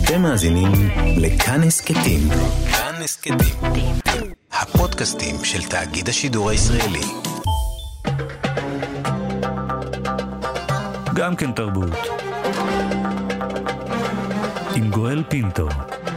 אתם מאזינים לכאן הסכתים. כאן הסכתים. הפודקאסטים של תאגיד השידור הישראלי. גם כן תרבות. עם גואל פינטו.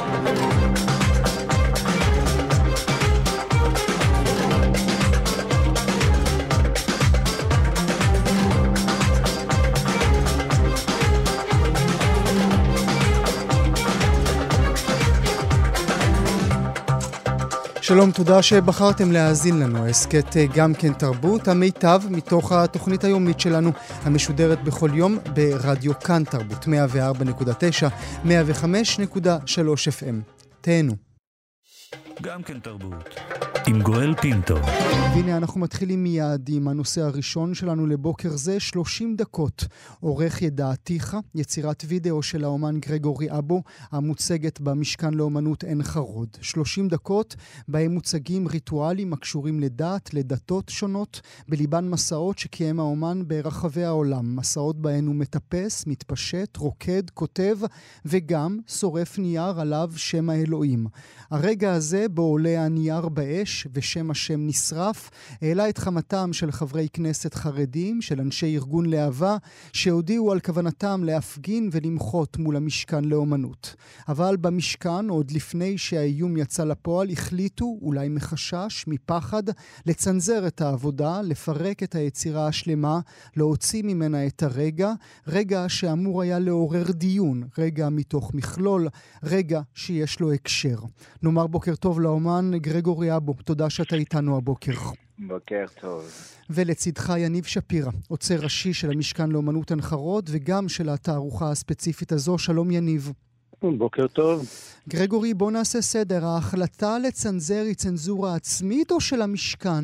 שלום, תודה שבחרתם להאזין לנו. הסכת גם כן תרבות, המיטב מתוך התוכנית היומית שלנו, המשודרת בכל יום ברדיו כאן תרבות, 104.9, 105.3 FM. תהנו. גם כן תרבות. עם גואל פינטו. והנה אנחנו מתחילים מיד עם הנושא הראשון שלנו לבוקר זה, 30 דקות. עורך ידעתיך, יצירת וידאו של האומן גרגורי אבו, המוצגת במשכן לאומנות עין חרוד. 30 דקות בהם מוצגים ריטואלים הקשורים לדת, לדתות שונות, בליבן מסעות שקיים האומן ברחבי העולם. מסעות בהן הוא מטפס, מתפשט, רוקד, כותב, וגם שורף נייר עליו שם האלוהים. הרגע הזה בו עולה הנייר באש ושם השם נשרף, העלה את חמתם של חברי כנסת חרדים, של אנשי ארגון להבה, שהודיעו על כוונתם להפגין ולמחות מול המשכן לאומנות. אבל במשכן, עוד לפני שהאיום יצא לפועל, החליטו, אולי מחשש, מפחד, לצנזר את העבודה, לפרק את היצירה השלמה, להוציא ממנה את רגע שאמור היה לעורר דיון, רגע מתוך מכלול, רגע שיש לו הקשר. נאמר בוקר טוב לאומן גרגורי אבו, תודה שאתה איתנו הבוקר. בוקר טוב. ולצידך יניב שפירא, עוצר ראשי של המשכן לאומנות עין חרוד וגם של התערוכה הספציפית הזו. שלום יניב. בוקר טוב. גרגורי, בוא נעשה סדר. ההחלטה לצנזר היא צנזורה עצמית או של המשכן?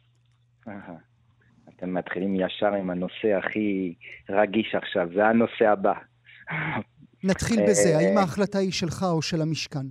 אתם מתחילים ישר עם הנושא הכי רגיש עכשיו, זה הנושא הבא. נתחיל בזה, האם ההחלטה היא שלך או של המשכן?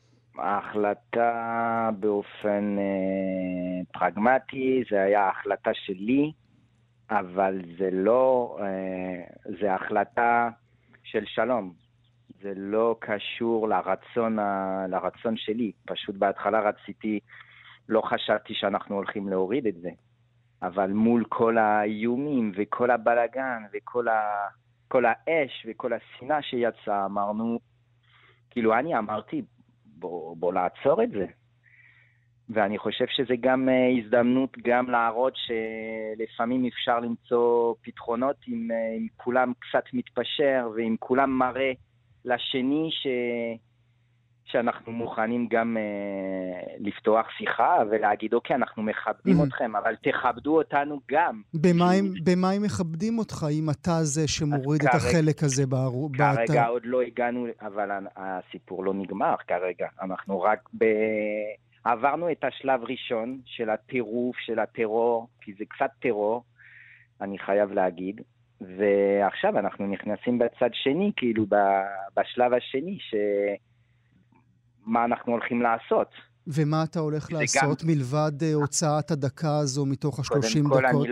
ההחלטה באופן פרגמטי, זה היה החלטה שלי, אבל זה לא, זה החלטה של שלום. זה לא קשור לרצון שלי. פשוט בהתחלה לא חשבתי שאנחנו הולכים להוריד את זה. אבל מול כל האיומים וכל הבלגן וכל האש וכל השנאה שיצא, אמרנו, כאילו אני אמרתי, בוא לעצור את זה. ואני חושב שזה גם הזדמנות גם להראות שלפעמים אפשר למצוא פתרונות אם כולם קצת מתפשר, ואם כולם מראה לשני שאנחנו מוכנים גם לפתוח שיחה ולהגיד, אוקיי, אנחנו מכבדים אתכם, אבל תכבדו אותנו גם. במה הם מכבדים אותך אם אתה זה שמוריד את החלק הזה כרגע עוד לא הגענו, אבל הסיפור לא נגמר כרגע. אנחנו רק עברנו את השלב ראשון של הטירוף, של הטרור, כי זה קצת טרור, אני חייב להגיד. ועכשיו אנחנו נכנסים בצד שני, כאילו בשלב השני, מה אנחנו הולכים לעשות. ומה אתה הולך לעשות מלבד הוצאת הדקה הזו מתוך ה-30 דקות?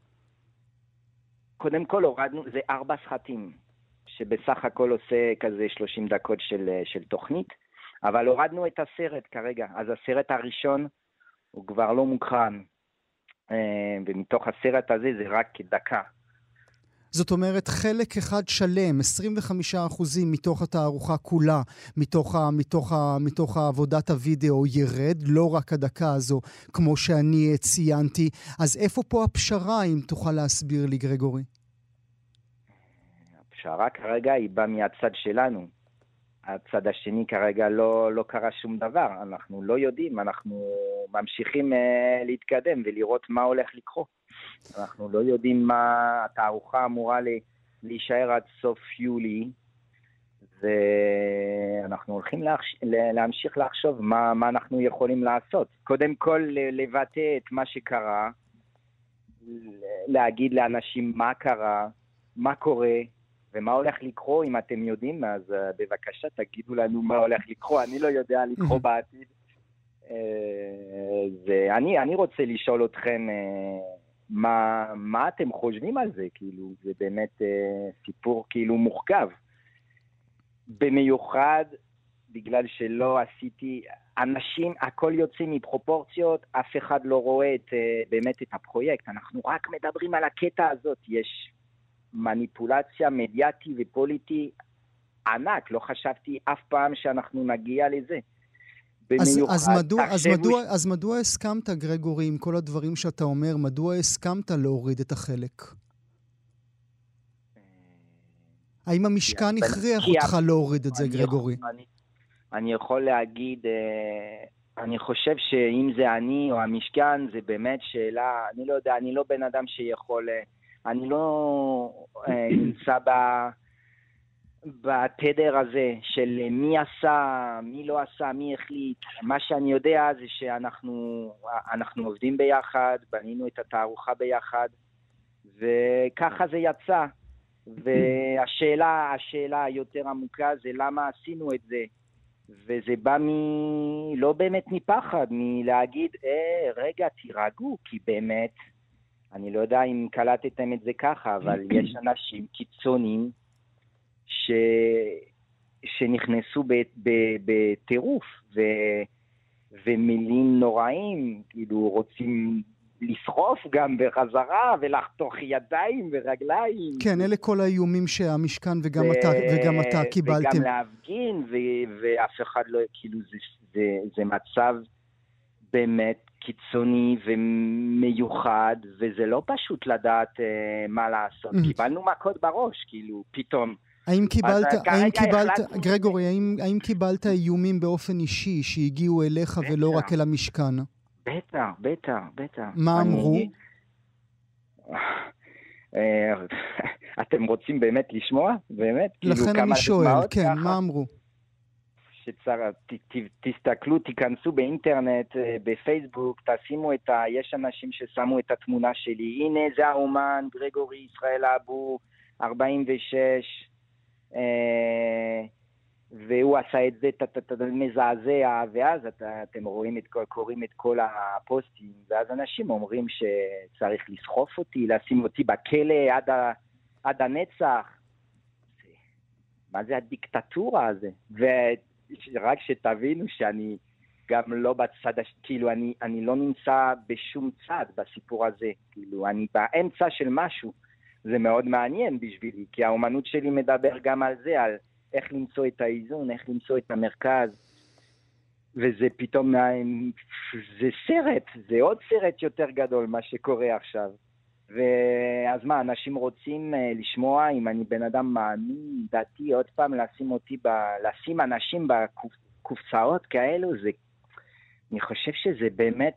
קודם כל הורדנו, זה 4 סרטים, שבסך הכל עושה כזה 30 דקות של תוכנית, אבל הורדנו את הסרט כרגע. אז הסרט הראשון הוא כבר לא מוקרן, ומתוך הסרט הזה זה רק דקה. זאת אומרת, חלק אחד שלם, 25% מתוך התערוכה כולה, מתוך עבודת הוידאו ירד, לא רק הדקה הזו, כמו שאני ציינתי. אז איפה פה הפשרה, אם תוכל להסביר לי, גרגורי? הפשרה כרגע היא באה מהצד שלנו. הצד השני כרגע לא קרה שום דבר. אנחנו לא יודעים, אנחנו ממשיכים להתקדם ולראות מה הולך לקרות. אנחנו לא יודעים מה התערוכה אמורה להישאר עד סוף יולי, ואנחנו הולכים להמשיך לחשוב מה אנחנו יכולים לעשות. קודם כל לבטא את מה שקרה, להגיד לאנשים מה קרה, מה קורה, ומה הולך לקרות. אם אתם יודעים, אז בבקשה תגידו לנו מה הולך לקרות. אני לא יודע לקרות בעתיד. אני רוצה לשאול אתכם מה אתם חושבים על זה? כאילו, זה באמת סיפור כאילו מורכב. במיוחד בגלל שלא עשיתי, אנשים, הכל יוצא מפרופורציות, אף אחד לא רואה באמת את הפרויקט, אנחנו רק מדברים על הקטע הזאת, יש מניפולציה מדיאטי ופוליטי ענק, לא חשבתי אף פעם שאנחנו נגיע לזה. אז מדוע הסכמת, גרגורי, עם כל הדברים שאתה אומר, מדוע הסכמת להוריד את החלק? האם המשכן הכריח אותך להוריד את זה, גרגורי? אני יכול להגיד, אני חושב שאם זה אני או המשכן, זה באמת שאלה, אני לא יודע, אני לא בן אדם שיכול, אני לא נמצא בתדר הזה של מי עשה, מי לא עשה, מי החליט. מה שאני יודע זה שאנחנו עובדים ביחד, בנינו את התערוכה ביחד, וככה זה יצא. והשאלה היותר עמוקה זה למה עשינו את זה. וזה בא לא באמת מפחד, מלהגיד, רגע, תירגעו, כי באמת, אני לא יודע אם קלטתם את זה ככה, אבל יש אנשים קיצוניים שנכנסו בטירוף, ומילים נוראים, כאילו רוצים לסחוף גם בחזרה, ולחתוך ידיים ורגליים. כן, אלה כל האיומים שהמשכן וגם אתה קיבלתם. וגם להפגין, ואף אחד לא, כאילו זה מצב באמת קיצוני ומיוחד, וזה לא פשוט לדעת מה לעשות. קיבלנו מכות בראש, כאילו, פתאום. גרגורי, האם קיבלת איומים באופן אישי שהגיעו אליך ולא רק אל המשכן? בטח. מה אמרו? אתם רוצים באמת לשמוע? באמת? לכן אני שואל, כן, מה אמרו? תסתכלו, תיכנסו באינטרנט, בפייסבוק, תשימו יש אנשים ששמו את התמונה שלי, הנה זה האומן, גרגורי ישראל אבו, 46, והוא עשה את זה מזעזע, ואז אתם קוראים את כל הפוסטים, ואז אנשים אומרים שצריך לסחוף אותי, לשים אותי בכלא עד הנצח. מה זה הדיקטטורה הזה? ורק שתבינו שאני גם לא בצד, כאילו אני לא נמצא בשום צד בסיפור הזה, כאילו אני באמצע של משהו. זה מאוד מעניין בשבילי, כי האומנות שלי מדבר גם על זה, על איך למצוא את האיזון, איך למצוא את המרכז, וזה פתאום, זה סרט, זה עוד סרט יותר גדול מה שקורה עכשיו. ואז מה, אנשים רוצים לשמוע אם אני בן אדם מאמין, דתי, עוד פעם לשים אנשים בקופסאות כאלו, אני חושב שזה באמת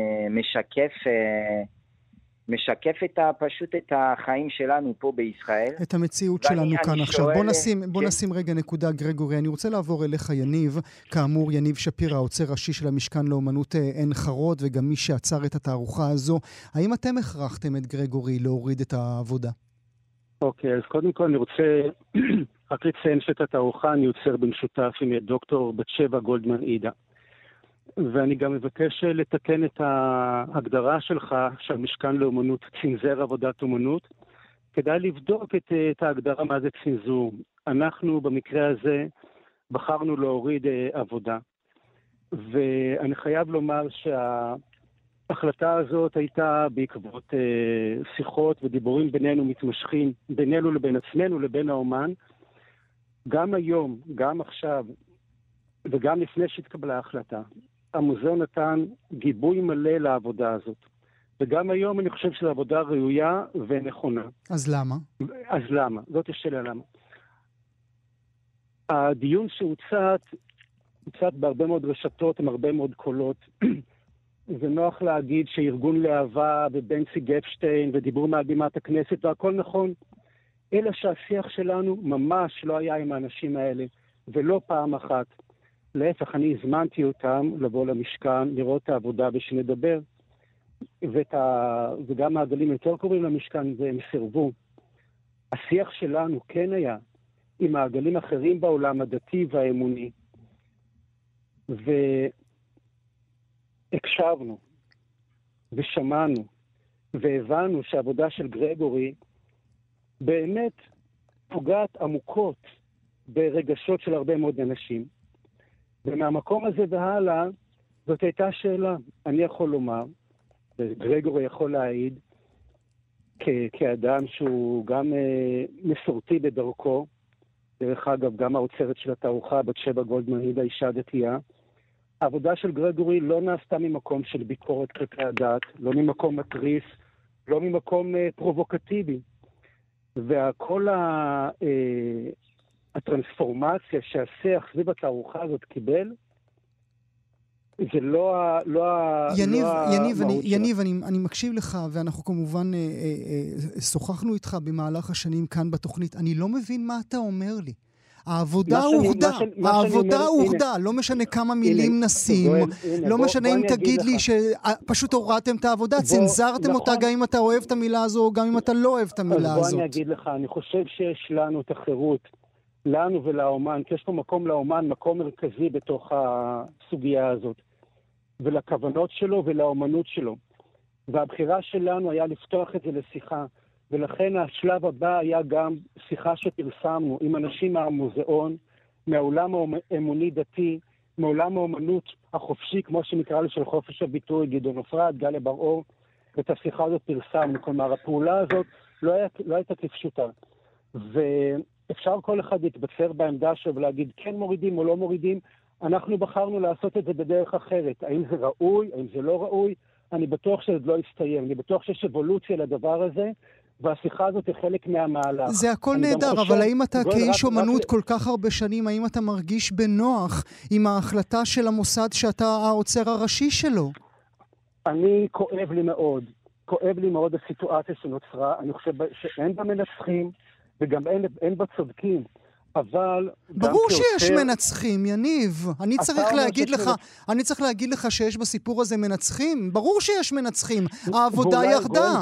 משקף פשוט את החיים שלנו פה בישראל. את המציאות שלנו כאן עכשיו. בוא נשים רגע נקודה, גרגורי. אני רוצה לעבור אליך, יניב. כאמור, יניב שפירא, העוצר ראשי של המשכן לאומנות עין חרוד, וגם מי שעצר את התערוכה הזו. האם אתם הכרחתם את גרגורי להוריד את העבודה? אוקיי, אז קודם כל אני רוצה רק לציין שאת התערוכה אני יוצר במשותף עם דוקטור בת-שבע גולדמן עידה. ואני גם מבקש לתקן את ההגדרה שלך שהמשכן לאומנות צנזר עבודת אומנות. כדאי לבדוק את ההגדרה מה זה צנזור. אנחנו במקרה הזה בחרנו להוריד עבודה. ואני חייב לומר שההחלטה הזאת הייתה בעקבות שיחות ודיבורים בינינו מתמשכים, בינינו לבין עצמנו לבין האומן. גם היום, גם עכשיו וגם לפני שהתקבלה ההחלטה. המוזיאון נתן גיבוי מלא לעבודה הזאת. וגם היום אני חושב שזו עבודה ראויה ונכונה. אז למה? זאת השאלה למה. הדיון שהוצאת בהרבה מאוד רשתות עם הרבה מאוד קולות. זה נוח להגיד שארגון להבה ובנצי גפשטיין ודיבור מעל הכנסת והכל נכון. אלא שהשיח שלנו ממש לא היה עם האנשים האלה. ולא פעם אחת. להפך, אני הזמנתי אותם לבוא למשכן, לראות את העבודה ושנדבר, וגם מעגלים יותר קוראים למשכן, והם סירבו. השיח שלנו כן היה עם מעגלים אחרים בעולם הדתי והאמוני, והקשבנו, ושמענו, והבנו שהעבודה של גרגורי באמת פוגעת עמוקות ברגשות של הרבה מאוד אנשים. ומהמקום הזה והלאה, זאת הייתה שאלה. אני יכול לומר, וגרגורי יכול להעיד, כאדם שהוא גם מסורתי בדרכו, דרך אגב, גם האוצרת של התערוכה, בת שבע גולדמן אידה, אישה דתייה, העבודה של גרגורי לא נעשתה ממקום של ביקורת כלפי הדת, לא ממקום מטריס, לא ממקום פרובוקטיבי. וכל הטרנספורמציה שהשיח סביב התערוכה הזאת קיבל, זה יניב, אני מקשיב לך, ואנחנו כמובן שוחחנו איתך במהלך השנים כאן בתוכנית. אני לא מבין מה אתה אומר לי. העבודה הורדה, לא משנה כמה מילים נשים, לא משנה אם תגיד לי שפשוט הורדתם את העבודה, צנזרתם אותה גם אם אתה אוהב את המילה הזו, או גם אם אתה לא אוהב את המילה הזאת. בוא אני אגיד לך, אני חושב שיש לנו את החירות, לנו ולאומן, כי יש פה מקום לאומן, מקום מרכזי בתוך הסוגיה הזאת, ולכוונות שלו ולאומנות שלו. והבחירה שלנו היה לפתוח את זה לשיחה, ולכן השלב הבא היה גם שיחה שפרסמנו עם אנשים מהמוזיאון, מהעולם האמוני דתי, מעולם האומנות החופשי, כמו שנקרא לו של חופש הביטוי, גדעון אפרת, גלי בר-אור, ואת השיחה הזאת פרסמנו. כלומר, הפעולה הזאת לא הייתה כפשוטה. ואפשר כל אחד להתבצר בעמדה שלו ולהגיד כן מורידים או לא מורידים. אנחנו בחרנו לעשות את זה בדרך אחרת. האם זה ראוי, האם זה לא ראוי? אני בטוח שזה לא יסתיים. אני בטוח שיש אבולוציה לדבר הזה, והשיחה הזאת היא חלק מהמהלך. זה הכל נהדר, אבל האם אתה כאיש אומנות כל כך הרבה שנים, האם אתה מרגיש בנוח עם ההחלטה של המוסד שאתה האוצר הראשי שלו? אני כואב לי מאוד הסיטואציה שנוצרה. אני חושב שאין בה מנצחים, וגם אין בה צודקים. אבל ברור שיש מנצחים, יניב. אני צריך להגיד לך שיש בסיפור הזה מנצחים. ברור שיש מנצחים. העבודה ירדה.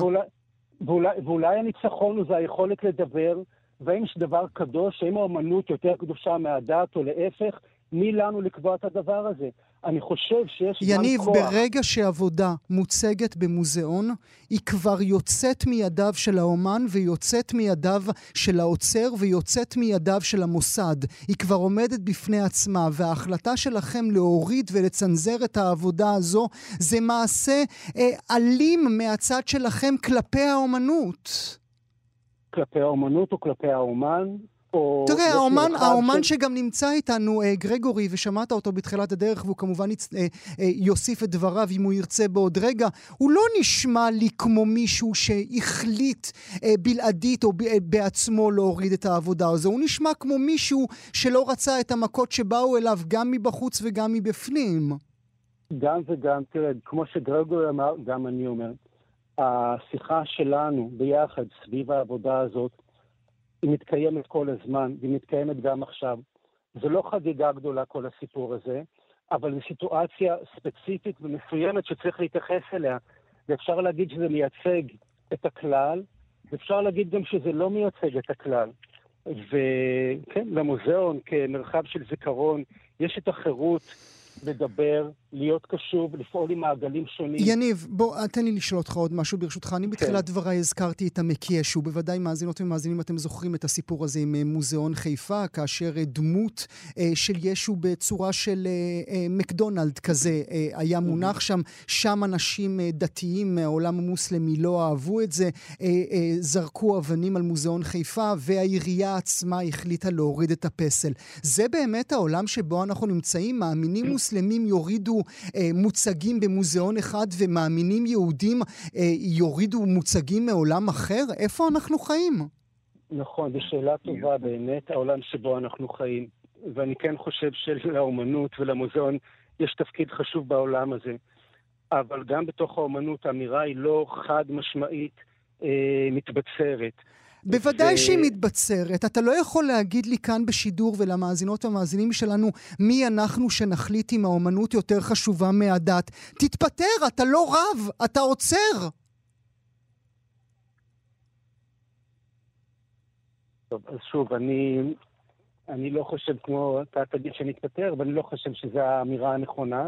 ואולי הניצחון זה היכולת לדבר, והאם יש דבר קדוש, האם האמנות יותר קדושה מהדת או להפך, מי לנו לקבוע את הדבר הזה? אני חושב שיש יניב, ברגע שעבודה מוצגת במוזיאון, היא כבר יוצאת מידיו של האומן, ויוצאת מידיו של האוצר, ויוצאת מידיו של המוסד. היא כבר עומדת בפני עצמה, וההחלטה שלכם להוריד ולצנזר את העבודה הזו, זה מעשה אלים מהצד שלכם כלפי האומנות. כלפי האומנות או כלפי האומן? תראה, האומן שגם נמצא איתנו, גרגורי, ושמעת אותו בתחילת הדרך, והוא כמובן יוסיף את דבריו אם הוא ירצה בעוד רגע, הוא לא נשמע לי כמו מישהו שהחליט בלעדית או בעצמו להוריד את העבודה הזו. הוא נשמע כמו מישהו שלא רצה את המכות שבאו אליו גם מבחוץ וגם מבפנים. גם וגם, תראה, כמו שגרגורי אמר, גם אני אומר, השיחה שלנו ביחד סביב העבודה הזאת, היא מתקיימת כל הזמן, והיא מתקיימת גם עכשיו. זה לא חגיגה גדולה כל הסיפור הזה, אבל זו סיטואציה ספציפית ומסוימת שצריך להתייחס אליה. ואפשר להגיד שזה מייצג את הכלל, ואפשר להגיד גם שזה לא מייצג את הכלל. וכן, למוזיאון כמרחב של זיכרון, יש את החירות לדבר, להיות קשוב, לפעול עם מעגלים שונים. יניב, בוא, תן לי לשאול אותך עוד משהו ברשותך. אני בתחילת דבריי הזכרתי את המקיע, שהוא בוודאי מאזינות ומאזינים, אתם זוכרים את הסיפור הזה עם מוזיאון חיפה, כאשר דמות של ישו בצורה של מקדונלד כזה היה מונח שם אנשים דתיים מהעולם המוסלמי לא אהבו את זה, זרקו אבנים על מוזיאון חיפה, והעירייה עצמה החליטה להוריד את הפסל. זה באמת העולם שבו אנחנו נמצאים? מאמינים מוסלמים יורידו מוצגים במוזיאון אחד, ומאמינים יהודים יורידו מוצגים מעולם אחר? איפה אנחנו חיים? נכון, זו שאלה טובה באמת, העולם שבו אנחנו חיים. ואני כן חושב שלאומנות ולמוזיאון יש תפקיד חשוב בעולם הזה. אבל גם בתוך האומנות האמירה היא לא חד משמעית מתבצרת. בוודאי שהיא מתבצרת. אתה לא יכול להגיד לי כאן בשידור ולמאזינות והמאזינים שלנו מי אנחנו שנחליט אם האומנות יותר חשובה מהדת. תתפטר, אתה לא רב, אתה עוצר. טוב, אז שוב, אני לא חושב כמו, אתה תגיד שנתפטר, אבל אני לא חושב שזו האמירה הנכונה.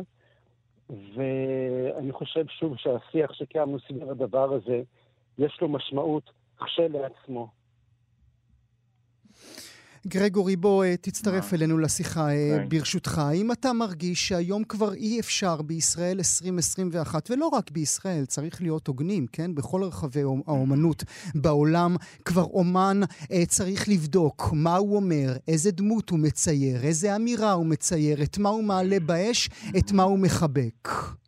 ואני חושב שוב שהשיח שקיימנו סביב הדבר הזה, יש לו משמעות כשלעצמו. גרגורי, בוא תצטרף אלינו לשיחה ברשותך. האם אתה מרגיש שהיום כבר אי אפשר בישראל 2021, ולא רק בישראל, צריך להיות הוגנים, כן? בכל רחבי האומנות בעולם, כבר אומן צריך לבדוק מה הוא אומר, איזה דמות הוא מצייר, איזה אמירה הוא מצייר, את מה הוא מעלה באש, את מה הוא מחבק.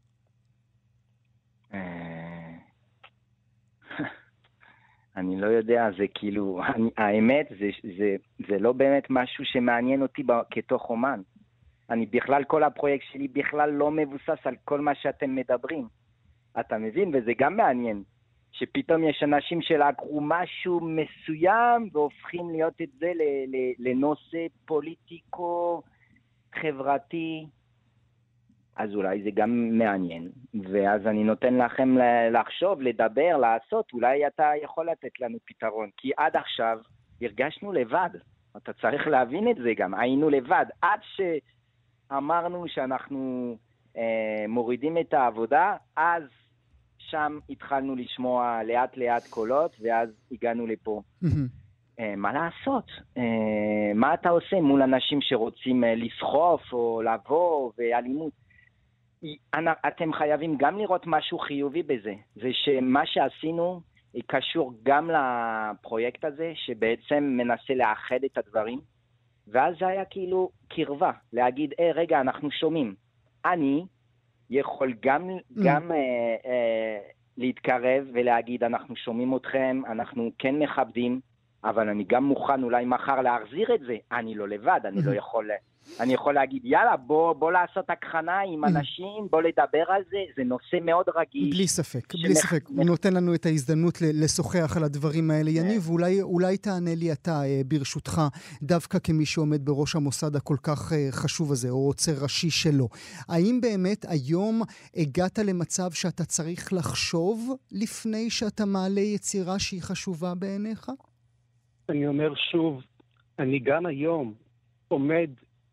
אני לא יודע, זה כאילו, האמת, זה לא באמת משהו שמעניין אותי כתוך אומן. אני בכלל, כל הפרויקט שלי בכלל לא מבוסס על כל מה שאתם מדברים. אתה מבין? וזה גם מעניין, שפתאום יש אנשים שלקחו משהו מסוים, והופכים להיות את זה לנושא פוליטיקו, חברתי. אז אולי זה גם מעניין, ואז אני נותן לכם לחשוב, לדבר, לעשות, אולי אתה יכול לתת לנו פתרון, כי עד עכשיו הרגשנו לבד, אתה צריך להבין את זה גם, היינו לבד, עד שאמרנו שאנחנו מורידים את העבודה, אז שם התחלנו לשמוע לאט לאט קולות, ואז הגענו לפה. מה לעשות? מה אתה עושה מול אנשים שרוצים לסחוף או לבוא ואלימות? אתם חייבים גם לראות משהו חיובי בזה. זה שמה שעשינו קשור גם לפרויקט הזה, שבעצם מנסה לאחד את הדברים, ואז זה היה כאילו קרבה, להגיד, רגע, אנחנו שומעים. אני יכול גם להתקרב ולהגיד, אנחנו שומעים אתכם, אנחנו כן מכבדים, אבל אני גם מוכן אולי מחר להחזיר את זה. אני לא לבד, אני לא יכול... אני יכול להגיד, יאללה, בוא לעשות הכחנה עם אנשים, בוא לדבר על זה, זה נושא מאוד רגיש. בלי ספק, בלי ספק. הוא נותן לנו את ההזדמנות לשוחח על הדברים האלה. יניב, אולי תענה לי אתה, ברשותך, דווקא כמי שעומד בראש המוסד הכל כך חשוב הזה, או עוצר ראשי שלו. האם באמת היום הגעת למצב שאתה צריך לחשוב לפני שאתה מעלה יצירה שהיא חשובה בעיניך? אני אומר שוב, אני גם היום עומד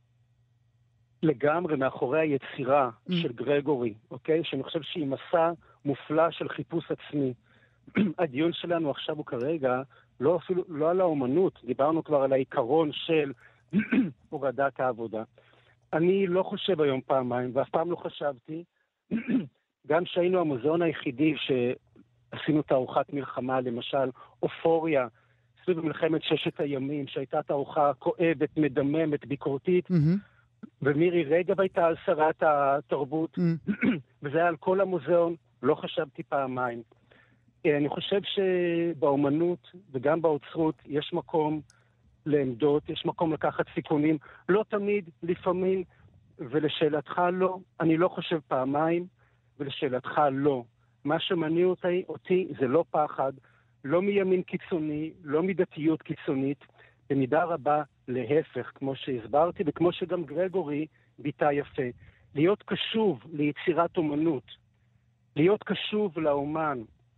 לגמרי מאחורי היצירה של גרגורי, אוקיי? שאני חושב שהיא מסע מופלא של חיפוש עצמי. הדיון שלנו עכשיו הוא כרגע לא על האומנות, דיברנו כבר על העיקרון של הורדת העבודה. אני לא חושב היום פעמיים, ואף פעם לא חשבתי, גם שהיינו המוזיאון היחידי שעשינו תערוכת מלחמה, למשל אופוריה, סביב מלחמת ששת הימים, שהייתה תערוכה כואבת, מדממת, ביקורתית, ומירי רגב הייתה על שרת התרבות, וזה היה על כל המוזיאון, לא חשבתי פעמיים. אני חושב שבאומנות וגם באוצרות יש מקום לעמדות, יש מקום לקחת סיכונים, לא תמיד, לפעמים, ולשאלתך לא, אני לא חושב פעמיים, ולשאלתך לא. מה שמניע אותי זה לא פחד, לא מימין קיצוני, לא מדתיות קיצונית, במידה רבה להפך, כמו שהסברתי, וכמו שגם גרגורי ביטא יפה. להיות קשוב ליצירת אומנות, להיות קשוב לאומן,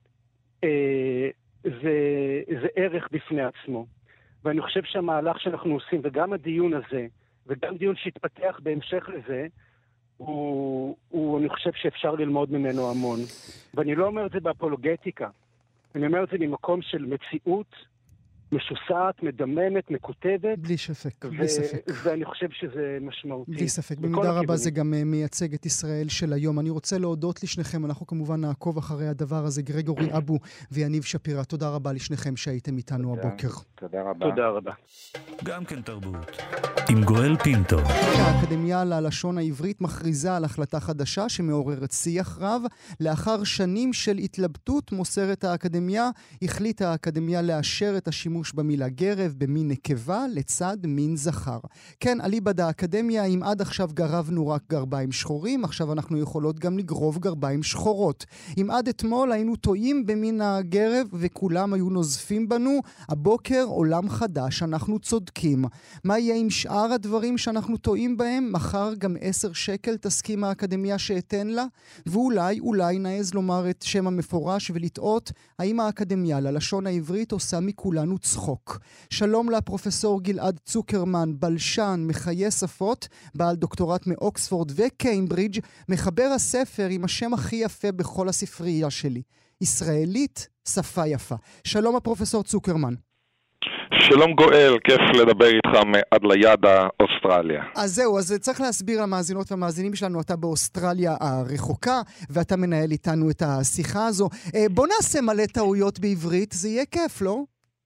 זה ערך בפני עצמו. ואני חושב שהמהלך שאנחנו עושים, וגם הדיון הזה, וגם דיון שהתפתח בהמשך לזה, אני חושב שאפשר ללמוד ממנו המון. ואני לא אומר את זה באפולוגטיקה, אני אומר את זה ממקום של מציאות, משוסעת, מדממת, מקוטבת. בלי ספק, בלי ספק. ואני חושב שזה משמעותי. בלי ספק. במידה רבה זה גם מייצג את ישראל של היום. אני רוצה להודות לשניכם, אנחנו כמובן נעקוב אחרי הדבר הזה, גרגורי אבו ויניב שפירא. תודה רבה לשניכם שהייתם איתנו הבוקר. תודה רבה. תודה רבה. גם כן תרבות. עם גואל פינטו. האקדמיה ללשון העברית מכריזה על החלטה חדשה שמעוררת שיח רב. לאחר שנים של התלבטות, מוסרת האקדמיה, החליטה האקדמיה לאשר את השימוש במילה גרב במין נקבה לצד מין זכר. כן, אליבא דאקדמיה, אם עד עכשיו גרבנו רק גרביים שחורים, עכשיו אנחנו יכולות גם לגרוב גרביים שחורות. אם עד אתמול היינו טועים במין הגרב וכולם היו נוזפים בנו, הבוקר עולם חדש, אנחנו צודקים. מה יהיה עם שאר הדברים שאנחנו טועים בהם? מחר גם 10 שקל תסכים האקדמיה שאתן לה? ואולי נעז לומר את שם המפורש ולטעות, האם האקדמיה ללשון העברית עושה מכולנו צחוק. שלום לפרופסור גלעד צוקרמן, בלשן, מחיי שפות, בעל דוקטורט מאוקספורד וקיימברידג', מחבר הספר עם השם הכי יפה בכל הספרייה שלי. ישראלית, שפה יפה. שלום הפרופסור צוקרמן. שלום גואל, כיף לדבר איתך עד ליד אוסטרליה. אז זהו, אז צריך להסביר למאזינות והמאזינים שלנו, אתה באוסטרליה הרחוקה, ואתה מנהל איתנו את השיחה הזו. בוא נעשה מלא טעויות בעברית, זה יהיה כיף, לא?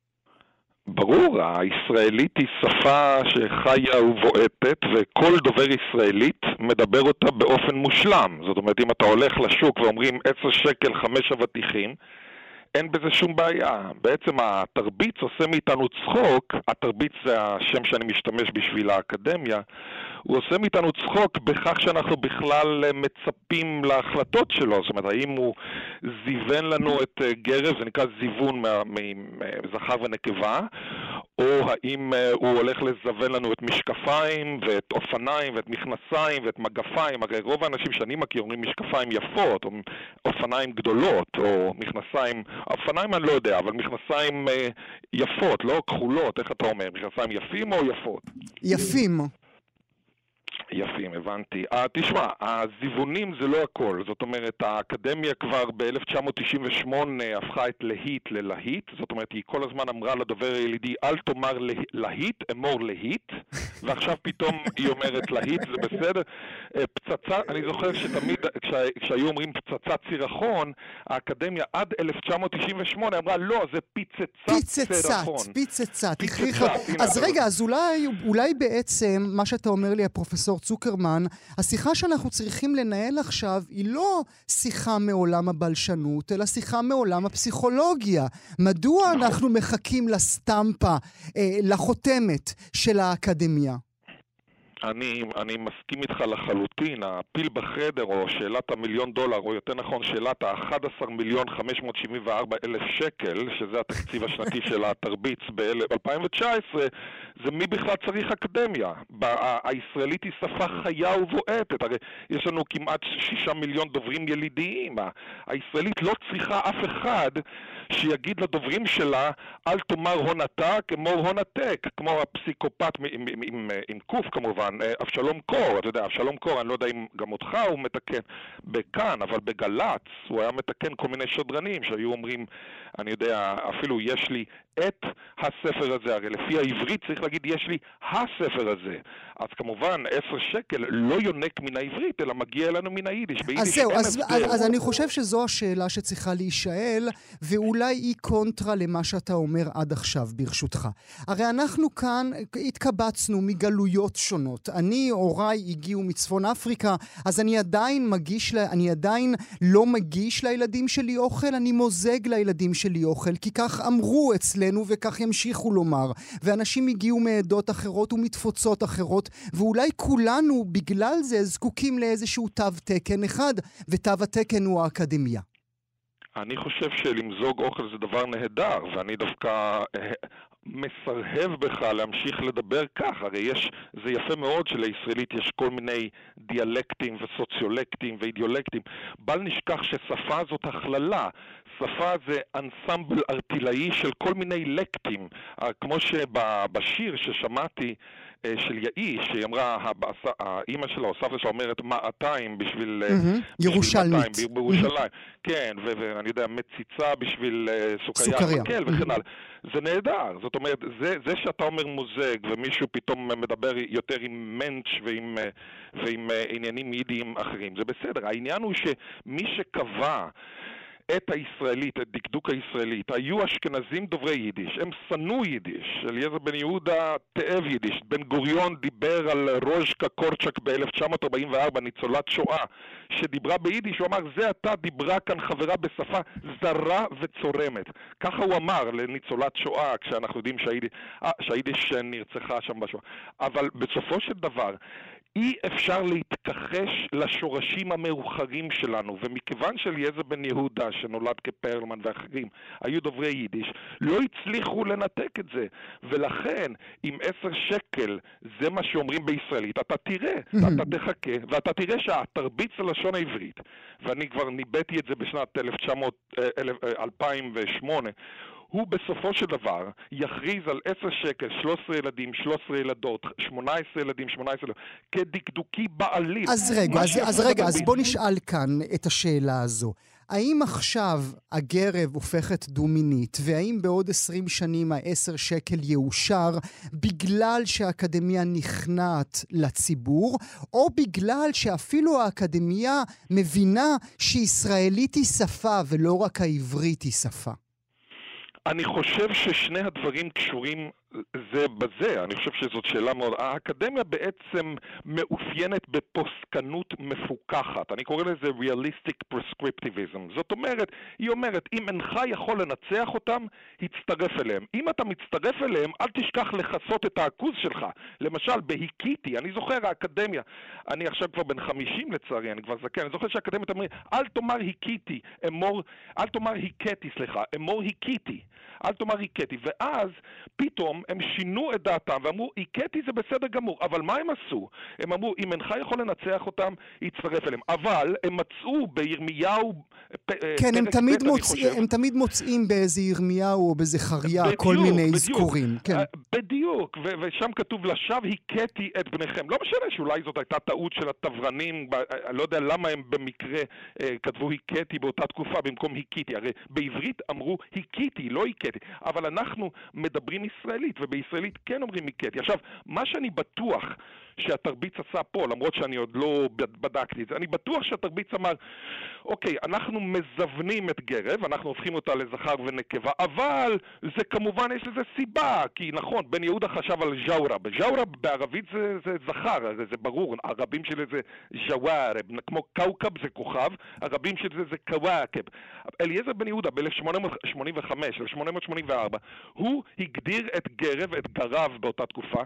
ברור, הישראלית היא שפה שחיה ובועטת, וכל דובר ישראלית מדבר אותה באופן מושלם. זאת אומרת, אם אתה הולך לשוק ואומרים 10 שקל 5 אבטיחים, אין בזה שום בעיה. בעצם התרביץ עושה מאיתנו צחוק, התרביץ זה השם שאני משתמש בשביל האקדמיה, הוא עושה מאיתנו צחוק בכך שאנחנו בכלל מצפים להחלטות שלו. זאת אומרת, האם הוא זיוון לנו את גרב, זה נקרא זיוון מזכר ונקבה, או האם הוא הולך לזוון לנו את משקפיים ואת אופניים ואת מכנסיים ואת מגפיים. הרי רוב האנשים שאני מכיר אומרים משקפיים יפות, או אופניים גדולות, או מכנסיים, אופניים אני לא יודע, אבל מכנסיים יפות, לא כחולות, איך אתה אומר? מכנסיים יפים או יפות? יפים. יפים, הבנתי. תשמע, הזיוונים זה לא הכל. זאת אומרת, האקדמיה כבר ב-1998 הפכה את להיט ללהיט. זאת אומרת, היא כל הזמן אמרה לדובר הילידי, אל תאמר להיט, אמור להיט. ועכשיו פתאום היא אומרת להיט, זה בסדר. פצצה, אני זוכר שתמיד, כשהיו אומרים פצצת סירחון, האקדמיה עד 1998 אמרה, לא, זה פיצצת סירחון. פיצצת. אז רגע, אז אולי בעצם, מה שאתה אומר לי, הפרופסור צוקרמן, השיחה שאנחנו צריכים לנהל עכשיו היא לא שיחה מעולם הבלשנות, אלא שיחה מעולם הפסיכולוגיה. מדוע אנחנו מחכים לסטמפה, לחותמת של האקדמיה? אני מסכים איתך לחלוטין. הפיל בחדר, או שאלת $1,000,000, או יותר נכון שאלת $11,574,000 שקל, שזה התקציב השנתי של התרביץ ב-2019, זה מי בכלל צריך אקדמיה. הישראלית היא שפה חיה ובועטת. הרי יש לנו כמעט 6 מיליון דוברים ילידיים. הישראלית לא צריכה אף אחד שיגיד לדוברים שלה, אל תאמר הון עתק, אמור הון עתק, כמו הפסיקופת עם קוף כמובן, אבשלום קור, אתה יודע, אבשלום קור, אני לא יודע אם גם אותך הוא מתקן בכאן, אבל בגלץ הוא היה מתקן כל מיני שדרנים שהיו אומרים, אני יודע, אפילו יש לי את הספר הזה, הרי לפי העברית צריך להגיד יש לי הספר הזה. אז כמובן 10 שקל לא יונק מן העברית, אלא מגיע אלינו מן היידיש. אז זהו, אז אני חושב שזו השאלה שצריכה להישאל, ואולי היא קונטרה למה שאתה אומר עד עכשיו, ברשותך. הרי אנחנו כאן התקבצנו מגלויות שונות. אני, הוריי הגיעו מצפון אפריקה, אז אני עדיין לא מגיש לילדים שלי אוכל, אני מוזג לילדים שלי אוכל, כי כך אמרו אצלנו וכך ימשיכו לומר. ואנשים הגיעו מעדות אחרות ומתפוצות אחרות, ואולי כולנו בגלל זה זקוקים לאיזשהו תו תקן אחד, ותו התקן הוא האקדמיה. אני חושב שלמזוג אוכל זה דבר נהדר, ואני דווקא מסרהב בך להמשיך לדבר כך. הרי זה יפה מאוד שלישראלית יש כל מיני דיאלקטים וסוציולקטים ואידיאולקטים. בל נשכח ששפה זאת הכללה. שפה זה אנסמבל ארטילאי של כל מיני לקטים. כמו שבשיר ששמעתי של יאי, שהיא אמרה, האמא שלה או סבתא שלה אומרת 200 בשביל ירושלמית. בירושלים. כן, ואני יודע, מציצה בשביל סוכריה מקל וכן הלאה. זה נהדר. זאת אומרת, זה שאתה אומר מוזג, ומישהו פתאום מדבר יותר עם מנץ' ועם עניינים יידיים אחרים, זה בסדר. העניין הוא שמי שקבע את הישראלית, את דקדוק הישראלית, היו אשכנזים דוברי יידיש, הם שנאו יידיש. אליעזר בן יהודה תאב יידיש. בן גוריון דיבר על רוז'קה קורצ'ק ב-1944, ניצולת שואה, שדיברה ביידיש. הוא אמר, זה עתה דיברה כאן חברה בשפה זרה וצורמת. ככה הוא אמר לניצולת שואה, כשאנחנו יודעים שהיידיש נרצחה שם בשואה. אבל בסופו של דבר, אי אפשר להתכחש לשורשים המאוחרים שלנו, ומכיוון שאליעזר בן יהודה, שנולד כפרלמן ואחרים, היו דוברי יידיש, לא הצליחו לנתק את זה. ולכן, עם 10 שקל, זה מה שאומרים בישראלית, אתה תראה, אתה תחכה, ואתה תראה שהתרביץ ללשון העברית, ואני כבר ניבאתי את זה בשנת 2008, הוא בסופו של דבר יכריז על 10 שקל, 13 ילדים, 13 ילדות, 18 ילדים, 18 ילדות, כדקדוקי בעליל. אז בוא נשאל כאן את השאלה הזו. האם עכשיו הגרב הופכת דומינית, והאם בעוד 20 שנים ה10 שקל יאושר בגלל שהאקדמיה נכנעת לציבור, או בגלל שאפילו האקדמיה מבינה שישראלית היא שפה ולא רק העברית היא שפה? אני חושב ששני הדברים קשורים זה בזה. אני חושב שזאת שאלה מאוד. האקדמיה בעצם מאופיינת בפוסקנות מפוקחת. אני קורא לזה realistic prescriptivism. זאת אומרת, היא אומרת, אם אינך יכול לנצח אותם, הצטרף אליהם. אם אתה מצטרף אליהם, אל תשכח לחסות את העכוז שלך. למשל, בהיקיתי, אני זוכר האקדמיה, אני עכשיו כבר בן 50 לצערי, אני כבר זקן, אני זוכר שהאקדמיה תאמר, אל תאמר היקיתי, אל תאמר היקתי, אמור היקיתי. אל תאמר היקתי. ואז פתאום הם שינו את דעתם ואמרו, היקתי זה בסדר גמור. אבל מה הם עשו? הם אמרו, אם אינך יכול לנצח אותם, יצטרף אליהם. אבל הם מצאו בירמיהו... כן, הם תמיד מוצאים באיזה ירמיהו או בזכריה כל מיני אזכורים. כן. בדיוק. ושם כתוב, לשווא היקתי את בניכם. לא משנה שאולי זאת הייתה טעות של התברנים, אני לא יודע למה הם במקרה כתבו היקתי באותה תקופה במקום היקיתי. הרי בעברית אמרו היקתי, לא היקתי. אבל אנחנו מדברים ישראלית, ובישראלית כן אומרים היקתי. עכשיו, מה שאני בטוח שהתרביץ עשה פה, למרות שאני עוד לא בדקתי את זה, אני בטוח שהתרביץ אמר, אוקיי, אנחנו מזוונים את גרב, אנחנו הופכים אותה לזכר ונקבה, אבל זה כמובן יש לזה סיבה, כי נכון, בן יהודה חשב על ז'אורה, ז'אורה בערבית זה זכר, זה ברור, הרבים של זה ז'ווארב, כמו קאוקב זה כוכב, הרבים של זה קוואקב. אליעזר בן יהודה ב-1885, 1884, הוא הגדיר את גרב, את גרב באותה תקופה,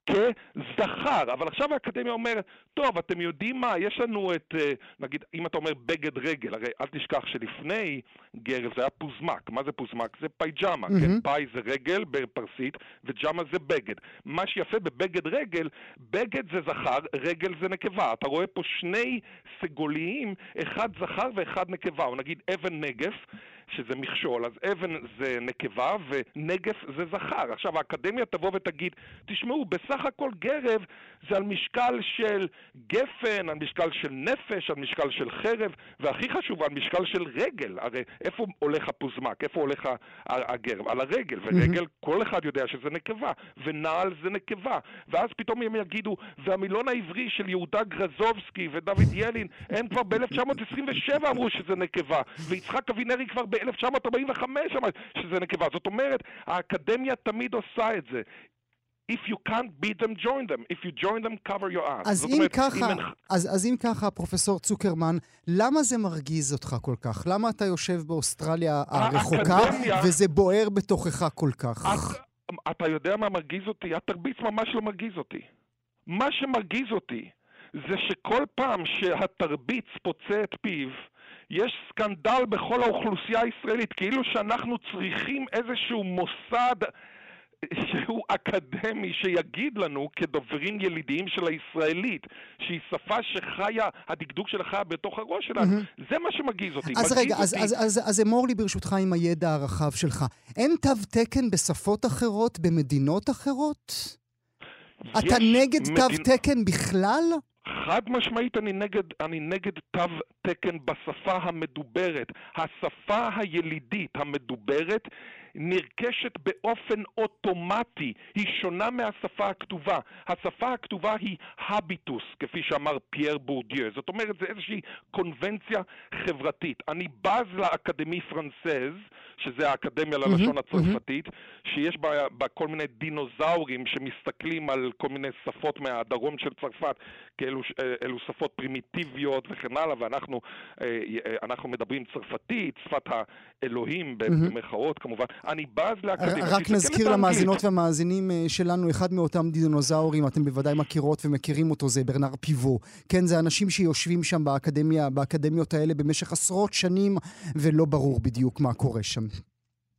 כזכר, אבל עכשיו האקדמיה אומרת, טוב, אתם יודעים מה, יש לנו את, נגיד, אם אתה אומר בגד רגל, הרי אל תשכח שלפני גרב זה היה פוזמק. מה זה פוזמק? זה פייג'מה, כן? פאי זה רגל בפרסית, וג'מה זה בגד. מה שיפה בבגד רגל, בגד זה זכר, רגל זה נקבה. אתה רואה פה שני סגוליים, אחד זכר ואחד נקבה, או נגיד אבן נגף, שזה מכשול, אז אבן זה נקבה ונגף זה זכר. עכשיו האקדמיה תבוא ותגיד, תשמעו, בסך הכל גרב זה על משקל של גפן, על משקל של נפש, על משקל של חרב, והכי חשוב, על משקל של רגל. הרי איפה הולך הפוזמק? איפה הולך הגרב? על הרגל, ורגל כל אחד יודע שזה נקבה, ונעל זה נקבה. ואז פתאום הם יגידו, והמילון העברי של יהודה גרזובסקי ודוד ילין, הם כבר ב-1927 אמרו שזה נקבה, ויצחק אבינרי כבר ב-1945 אמר שזה נקבה. זאת אומרת, האקדמיה תמיד עושה את זה. If you can't beat them, join them. If you join them, cover your ass. אז אם ככה, פרופסור צוקרמן, למה זה מרגיז אותך כל כך? למה אתה יושב באוסטרליה הרחוקה וזה בוער בתוכך כל כך? אתה יודע מה מרגיז אותי? התרביץ ממש לא מרגיז אותי. מה שמרגיז אותי זה שכל פעם שהתרביץ פוצע את פיו, יש סקנדל בכל האוכלוסייה הישראלית, כאילו שאנחנו צריכים איזשהו מוסד שהוא אקדמי שיגיד לנו כדוברים ילידיים של הישראלית, שהיא שפה שחיה, הדקדוק שלה חיה בתוך הראש שלנו. זה מה שמגיז אותי. אז רגע, אז אמור לי ברשותך עם הידע הרחב שלך. אין תו תקן בשפות אחרות, במדינות אחרות? אתה נגד תו תקן בכלל? חד משמעית אני נגד תו תקן בשפה המדוברת. השפה הילידית המדוברת נרכשת באופן אוטומטי, היא שונה מהשפה הכתובה. השפה הכתובה היא הביטוס, כפי שאמר פייר בורדיו. זאת אומרת, זה איזושהי קונבנציה חברתית. אני בז לאקדמי פרנסז, שזה האקדמיה ללשון הצרפתית, שיש בה כל מיני דינוזאורים שמסתכלים על כל מיני שפות מהדרום של צרפת, כאלו שפות פרימיטיביות וכן הלאה, ואנחנו מדברים צרפתית, שפת האלוהים במרכאות כמובן. אני בז לאקדמיה. רק נזכיר למאזינות והמאזינים שלנו, אחד מאותם דינוזאורים, אתם בוודאי מכירות ומכירים אותו, זה ברנר פיבו. כן, זה אנשים שיושבים שם באקדמיות האלה במשך עשרות שנים, ולא ברור בדיוק מה קורה שם.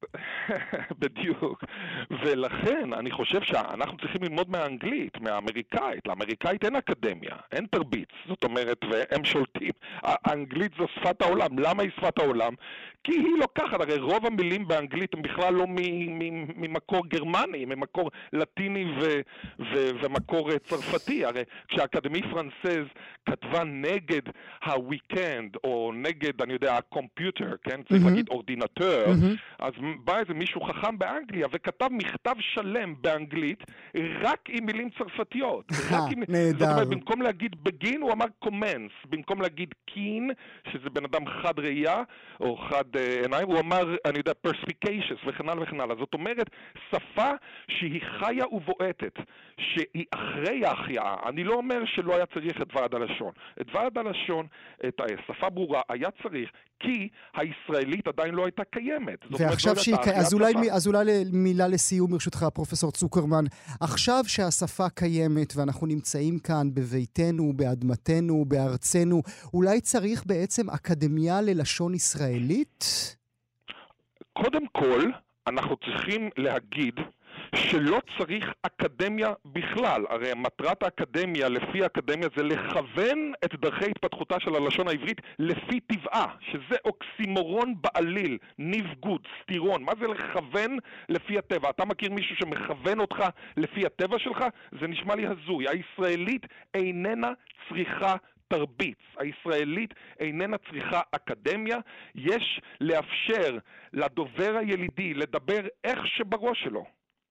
בדיוק. ולכן אני חושב שאנחנו צריכים ללמוד מהאנגלית, מהאמריקאית. לאמריקאית אין אקדמיה, אין תרביץ. זאת אומרת, והם שולטים. האנגלית זו שפת העולם. למה היא שפת העולם? כי היא לוקחת, הרי רוב המילים באנגלית הם בכלל לא ממקור גרמני, ממקור לטיני ומקור צרפתי. הרי כשהאקדמי פרנסז כתבה נגד ה-weekend, או נגד, אני יודע, הקומפיוטר, כן? צריך להגיד אורדינטור, אז בא איזה מישהו חכם באנגליה וכתב מכתב שלם באנגלית רק עם מילים צרפתיות. נהדר. זאת אומרת, במקום להגיד begin הוא אמר commence, במקום להגיד keen, שזה בן אדם חד ראייה או חד עיניים, הוא אמר, אני יודע, perspicacious וכן הלאה וכן הלאה. זאת אומרת, שפה שהיא חיה ובועטת, שהיא אחרי ההחייאה. אני לא אומר שלא היה צריך את ועד הלשון. את ועד הלשון, את השפה ברורה, היה צריך, כי הישראלית עדיין לא הייתה קיימת. ועכשיו אז אולי מילה לסיום ברשותך, פרופסור צוקרמן. עכשיו שהשפה קיימת ואנחנו נמצאים כאן בביתנו, באדמתנו, בארצנו, אולי צריך בעצם אקדמיה ללשון ישראלית? קודם כל, אנחנו צריכים להגיד שלא צריך אקדמיה בכלל. הרי מטרת האקדמיה, לפי האקדמיה, זה לכוון את דרכי התפתחותה של הלשון העברית לפי טבעה, שזה אוקסימורון בעליל, ניבגוד, סתירון. מה זה לכוון לפי הטבע? אתה מכיר מישהו שמכוון אותך לפי הטבע שלך? זה נשמע לי הזוי. הישראלית איננה צריכה תרביץ. הישראלית איננה צריכה אקדמיה. יש לאפשר לדובר הילידי לדבר איך שבראש שלו.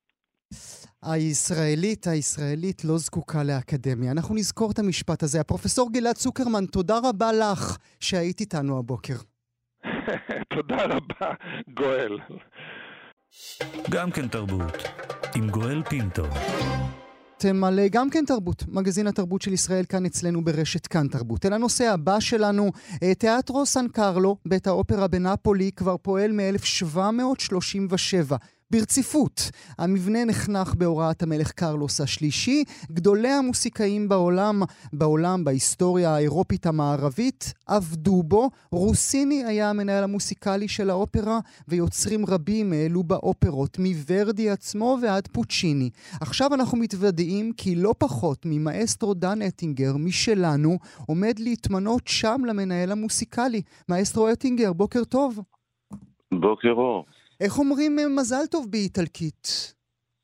הישראלית לא זקוקה לאקדמיה. אנחנו נזכור את המשפט הזה. הפרופסור גלעד צוקרמן, תודה רבה לך שהיית איתנו הבוקר. תודה רבה, גואל. גם כן תרבות, עם גואל פינטו. אתם על גם כן תרבות, מגזין התרבות של ישראל כאן אצלנו ברשת כאן תרבות. אל הנושא הבא שלנו, תיאטרו סן קרלו, בית האופרה בנפולי, כבר פועל מ-1737. ברציפות. המבנה נחנך בהוראת המלך קרלוס השלישי. גדולי המוסיקאים בעולם, בהיסטוריה האירופית המערבית, עבדו בו. רוסיני היה המנהל המוסיקלי של האופרה, ויוצרים רבים העלו באופרות, מוורדי עצמו ועד פוצ'יני. עכשיו אנחנו מתוודעים כי לא פחות ממאסטרו דן אטינגר, משלנו, עומד להתמנות שם למנהל המוסיקלי. מאסטרו אטינגר, בוקר טוב. בוקר אור. איך אומרים מזל טוב באיטלקית?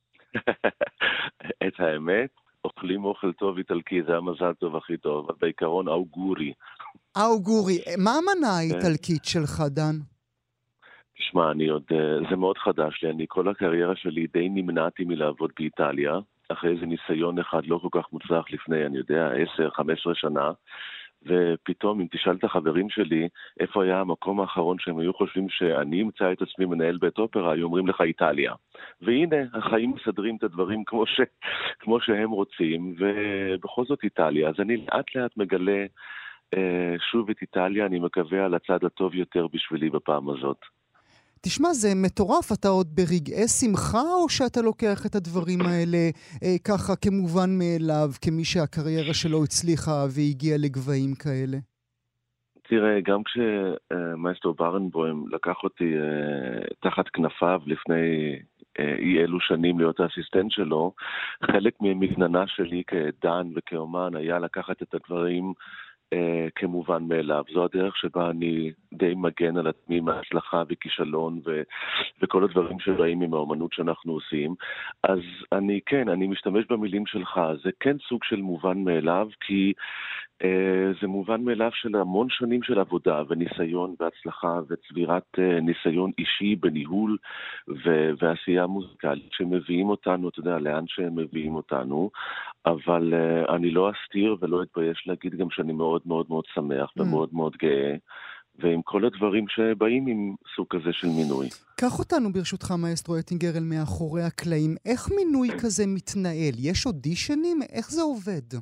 את האמת, אוכלים אוכל טוב איטלקי, זה המזל טוב הכי טוב, אבל בעיקרון אוגורי. אוגורי, מה המנה האיטלקית שלך, דן? תשמע, זה מאוד חדש לי, אני כל הקריירה שלי די נמנעתי מלעבוד באיטליה, אחרי איזה ניסיון אחד לא כל כך מוצלח לפני, 10-15 שנה, ופתאום אם תשאל את החברים שלי איפה היה המקום האחרון שהם היו חושבים שאני אמצא את עצמי מנהל בית אופרה, היו אומרים לך איטליה. והנה, החיים מסדרים את הדברים כמו שהם רוצים, ובכל זאת איטליה. אז אני לאט לאט מגלה שוב את איטליה, אני מקווה על הצד הטוב יותר בשבילי בפעם הזאת. תשמע, זה מטורף, אתה עוד ברגעי שמחה, או שאתה לוקח את הדברים האלה ככה כמובן מאליו, כמי שהקריירה שלו הצליחה והגיע לגבהים כאלה? תראה, גם כשמאסטרו ברנבוים לקח אותי תחת כנפיו לפני אי אלו שנים להיות האסיסטנט שלו, חלק ממגננה שלי כדן וכאומן היה לקחת את הדברים כמובן מאליו. זו הדרך שבה אני די מגן על עצמי מהצלחה וכישלון וכל הדברים שבאים עם האומנות שאנחנו עושים. אז אני משתמש במילים שלך. זה כן סוג של מובן מאליו, כי זה מובן מאליו של המון שנים של עבודה וניסיון והצלחה וצבירת ניסיון אישי בניהול ועשייה מוזיקלית שמביאים אותנו, אתה יודע, לאן שהם מביאים אותנו, אבל אני לא אסתיר ולא אתבייש להגיד גם שאני מאוד מאוד מאוד שמח ומאוד מאוד גאה, ועם כל הדברים שבאים עם סוג כזה של מינוי. קח אותנו ברשותך, מאסטרו אטינגר, אל מאחורי הקלעים. איך מינוי כזה מתנהל? יש אודישנים? איך זה עובד?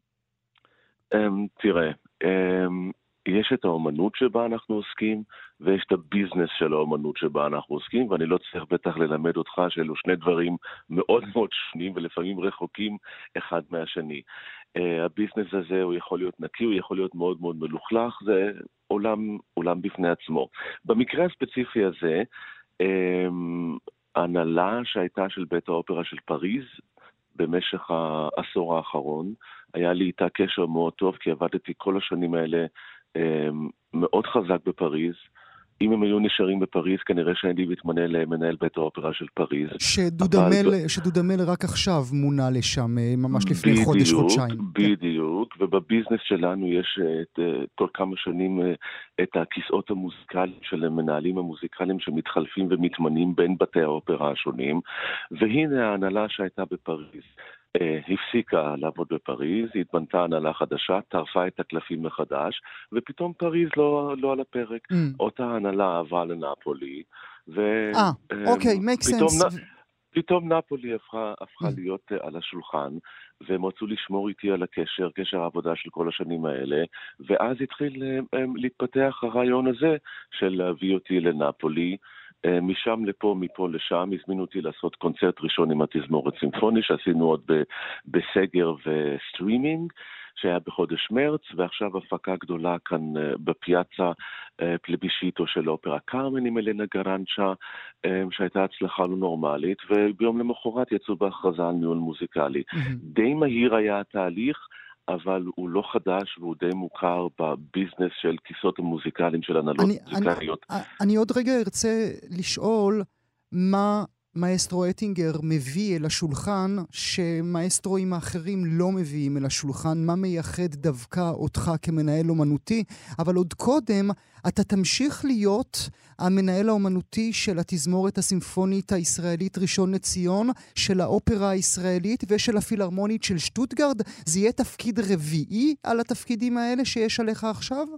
תראה, יש את האומנות שבה אנחנו עוסקים, ויש את הביזנס של האומנות שבה אנחנו עוסקים, ואני לא צריך בטח ללמד אותך שאלו שני דברים מאוד מאוד שונים, ולפעמים רחוקים אחד מהשני. הביזנס הזה הוא יכול להיות נקי, הוא יכול להיות מאוד מאוד מלוכלך, זה עולם בפני עצמו. במקרה הספציפי הזה, ההנהלה שהייתה של בית האופרה של פריז, במשך העשור האחרון, היה לי איתה קשר מאוד טוב, כי עבדתי כל השנים האלה מאוד חזק בפריז. אם הם היו נשארים בפריז, כנראה שאני מתמנה למנהל בית האופרה של פריז. שדודמל רק עכשיו מונה לשם, ממש לפני חודש-חודשיים. בדיוק, ובביזנס שלנו יש כל כמה שנים את הכיסאות המוזיקליים של המנהלים המוזיקליים שמתחלפים ומתמנים בין בתי האופרה השונים, והנה ההנהלה שהייתה בפריז. הפסיקה לעבוד בפריז, התבנתה הנהלה חדשה, טרפה את הקלפים מחדש, ופתאום פריז לא על הפרק. אותה הנהלה עברה לנאפולי, אוקיי, make sense. פתאום נאפולי הפכה להיות על השולחן, והם רצו לשמור איתי על קשר העבודה של כל השנים האלה, ואז התחיל להתפתח הרעיון הזה של להביא אותי לנאפולי, משם לפה, מפה לשם, הזמינו אותי לעשות קונצרט ראשון עם התזמורת סימפוני, שעשינו עוד בסגר וסטרימינג, שהיה בחודש מרץ, ועכשיו הפקה גדולה כאן בפיאצה פלבישיטו של אופרה קרמן עם אלנה גרנצ'ה, שהייתה הצלחה לא נורמלית, וביום למחרת יצאו בהכרזה על ניהול מוזיקלי. די מהיר היה התהליך, אבל הוא לא חדש והוא די מוכר בביזנס של כיסות המוזיקליים של הנהלות מוזיקליות. אני עוד רגע ארצה לשאול מה מאסטרו אטינגר מביא אל השולחן שמאסטרואים האחרים לא מביאים אל השולחן, מה מייחד דווקא אותך כמנהל אומנותי, אבל עוד קודם אתה תמשיך להיות המנהל האומנותי של התזמורת הסימפונית הישראלית ראשון לציון, של האופרה הישראלית ושל הפילהרמונית של שטוטגרד. זה יהיה תפקיד רביעי על התפקידים האלה שיש עליך עכשיו?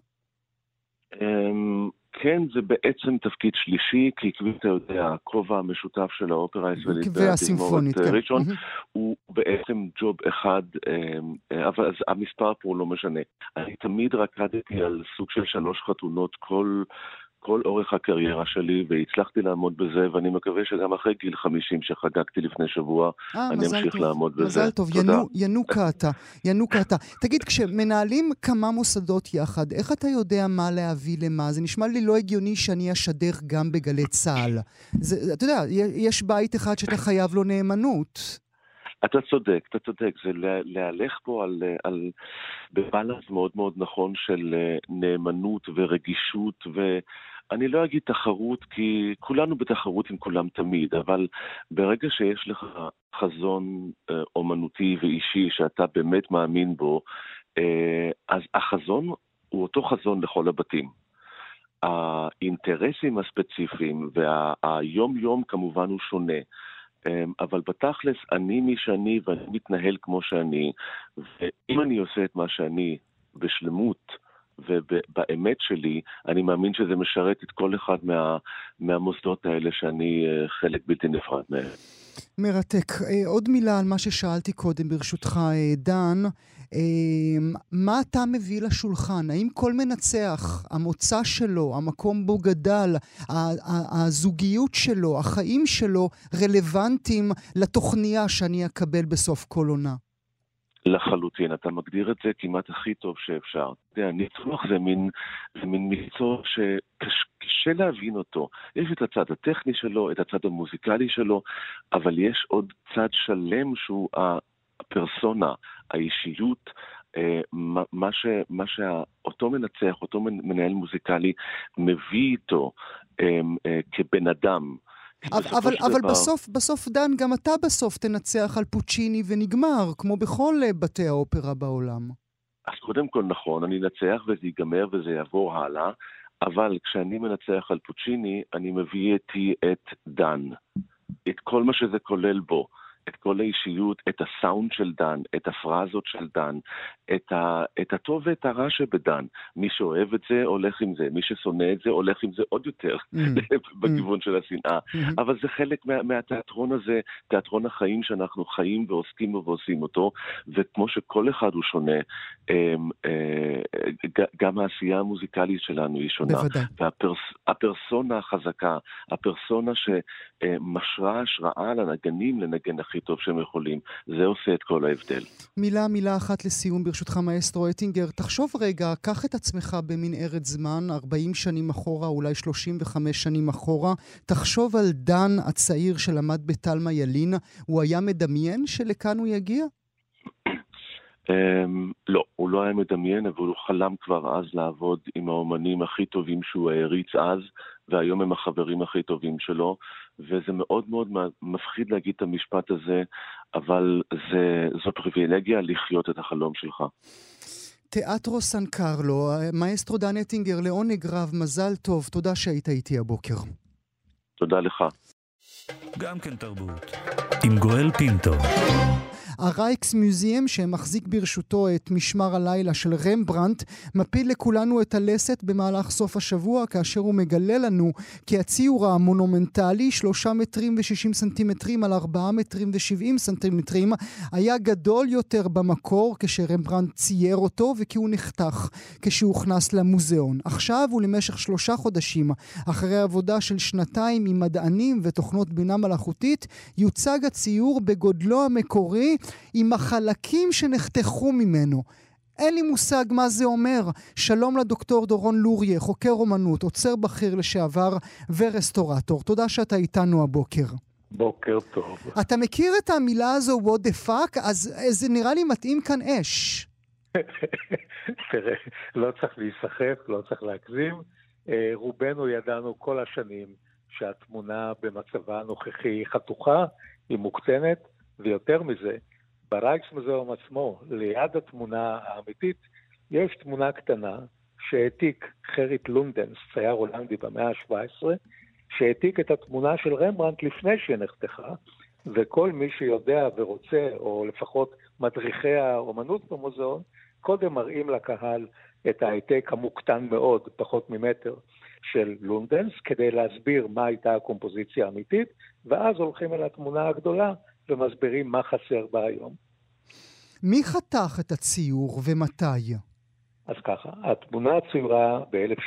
כן, זה בעצם תפקיד שלישי, כי כפי אתה יודע, הכובע המשותף של האופרה הישראלית והסימפונית, כן. ראשון, הוא בעצם ג'וב אחד, אבל המספר פה לא משנה. אני תמיד רקדתי על סוג של 3 חתונות כל אורך הקריירה שלי, והצלחתי לעמוד בזה, ואני מקווה שגם אחרי גיל 50 שחגגתי לפני שבוע, אני אמשיך לעמוד בזה. מזל טוב, ינוקה אתה. תגיד, כשמנהלים כמה מוסדות יחד, איך אתה יודע מה להביא למה? זה נשמע לי לא הגיוני שאני אשדר גם בגלי צהל. אתה יודע, יש בית אחד שאתה חייב לו נאמנות. אתה צודק, זה להלך פה על בבלנס מאוד מאוד נכון של נאמנות ורגישות, ואני לא אגיד תחרות, כי כולנו בתחרות עם כולם תמיד, אבל ברגע שיש לך חזון אומנותי ואישי שאתה באמת מאמין בו, אז החזון הוא אותו חזון לכל הבתים. האינטרסים הספציפיים והיום יום כמובן הוא שונה, אבל בתכלס אני מי שאני ואני מתנהל כמו שאני, ואם אני עושה את מה שאני בשלמות ובאמת שלי, אני מאמין שזה משרת את כל אחד מהמוסדות האלה שאני חלק בלתי נפרד מהם. מרתק. עוד מילה על מה ששאלתי קודם ברשותך, דן. מה אתה מביא לשולחן? האם כל מנצח, המוצא שלו, המקום בו גדל, הזוגיות שלו, החיים שלו, רלוונטיים לתוכניה שאני אקבל בסוף כל עונה? לחלוטין, אתה מגדיר את זה כמעט הכי טוב שאפשר. ניצוח זה מין מקצוע שקשה להבין אותו. יש את הצד הטכני שלו, את הצד המוזיקלי שלו, אבל יש עוד צד שלם שהוא הפרסונה, האישיות, מה שאותו מנצח, אותו מנהל מוזיקלי מביא איתו כבן אדם. אבל בסוף דן, גם אתה בסוף תנצח על פוצ'יני ונגמר, כמו בכל בתי האופרה בעולם. אז קודם כל נכון, אני אנצח וזה ייגמר וזה יעבור הלאה, אבל כשאני מנצח על פוצ'יני, אני מביא איתי את דן, את כל מה שזה כולל בו, את כל האישיות, את הסאונד של דן, את הפרזות של דן, את הטוב ואת הרע שבדן. מי שאוהב את זה הולך עם זה, מי ששונא את זה הולך עם זה עוד יותר בכיוון של השנאה. אבל זה חלק מהתיאטרון הזה, תיאטרון החיים שאנחנו חיים ועוסקים בו ועושים אותו, וכמו שכל אחד הוא שונה, גם העשייה המוזיקלית שלנו היא שונה. והפרסונה החזקה, הפרסונה שמשרה השראה לנגנים, לנגן הכי הכי טוב שהם יכולים. זה עושה את כל ההבדל. מילה אחת לסיום ברשותך מאסטרו אטינגר. תחשוב רגע, קח את עצמך במנהרת זמן, 40 שנים אחורה, אולי 35 שנים אחורה. תחשוב על דן הצעיר שלמד בתלמה ילין. הוא היה מדמיין שלכאן הוא יגיע? לא, הוא לא היה מדמיין, אבל הוא חלם כבר אז לעבוד עם האומנים הכי טובים שהוא העריץ אז, והיום הם החברים הכי טובים שלו, וזה מאוד מאוד מפחיד להגיד את המשפט הזה, אבל זו פריבילגיה לחיות את החלום שלך. תיאטרו סן קרלו, מאסטרו דן אטינגר, לעונג רב, מזל טוב, תודה שהיית איתי הבוקר. תודה לך. גם כן תרבות. עם גואל פינטו. הרייקס מיוזיאם שמחזיק ברשותו את משמר הלילה של רמברנדט מפיל לכולנו את הלסת במהלך סוף השבוע כאשר הוא מגלה לנו כי הציור המונומנטלי 3 מטרים ו60 סנטימטרים על 4 מטרים ו70 סנטימטרים היה גדול יותר במקור כשרמברנדט צייר אותו וכי הוא נחתך כשהוכנס למוזיאון. עכשיו ולמשך 3 חודשים אחרי עבודה של 2 עם מדענים ותוכנות בינה מלאכותית יוצג הציור בגודלו המקורי עם החלקים שנחתכו ממנו. אין לי מושג מה זה אומר. שלום לדוקטור דורון לוריה, חוקר אומנות, עוצר בכיר לשעבר ורסטורטור. תודה שאתה איתנו הבוקר. בוקר טוב. אתה מכיר את המילה הזו what the fuck? אז זה נראה לי מתאים כאן אש. תראה, לא צריך להיסחף, לא צריך להגזים. רובנו ידענו כל השנים שהתמונה במצבה הנוכחי חתוכה, היא מוקטנת, ויותר מזה, ברייקסמוזיאום עצמו, ליד התמונה האמיתית, יש תמונה קטנה שהעתיק חריט לונדנס, צייר הולנדי במאה ה-17, שהעתיק את התמונה של רמברנדט לפני שנחתכה, וכל מי שיודע ורוצה, או לפחות מדריכי האומנות במוזיאון, קודם מראים לקהל את העתק המוקטן מאוד, פחות ממטר, של לונדנס, כדי להסביר מה הייתה הקומפוזיציה האמיתית, ואז הולכים אל התמונה הגדולה, ומסבירים מה חסר בה היום. מי חתך את הציור ומתי? אז ככה, התמונה צוירה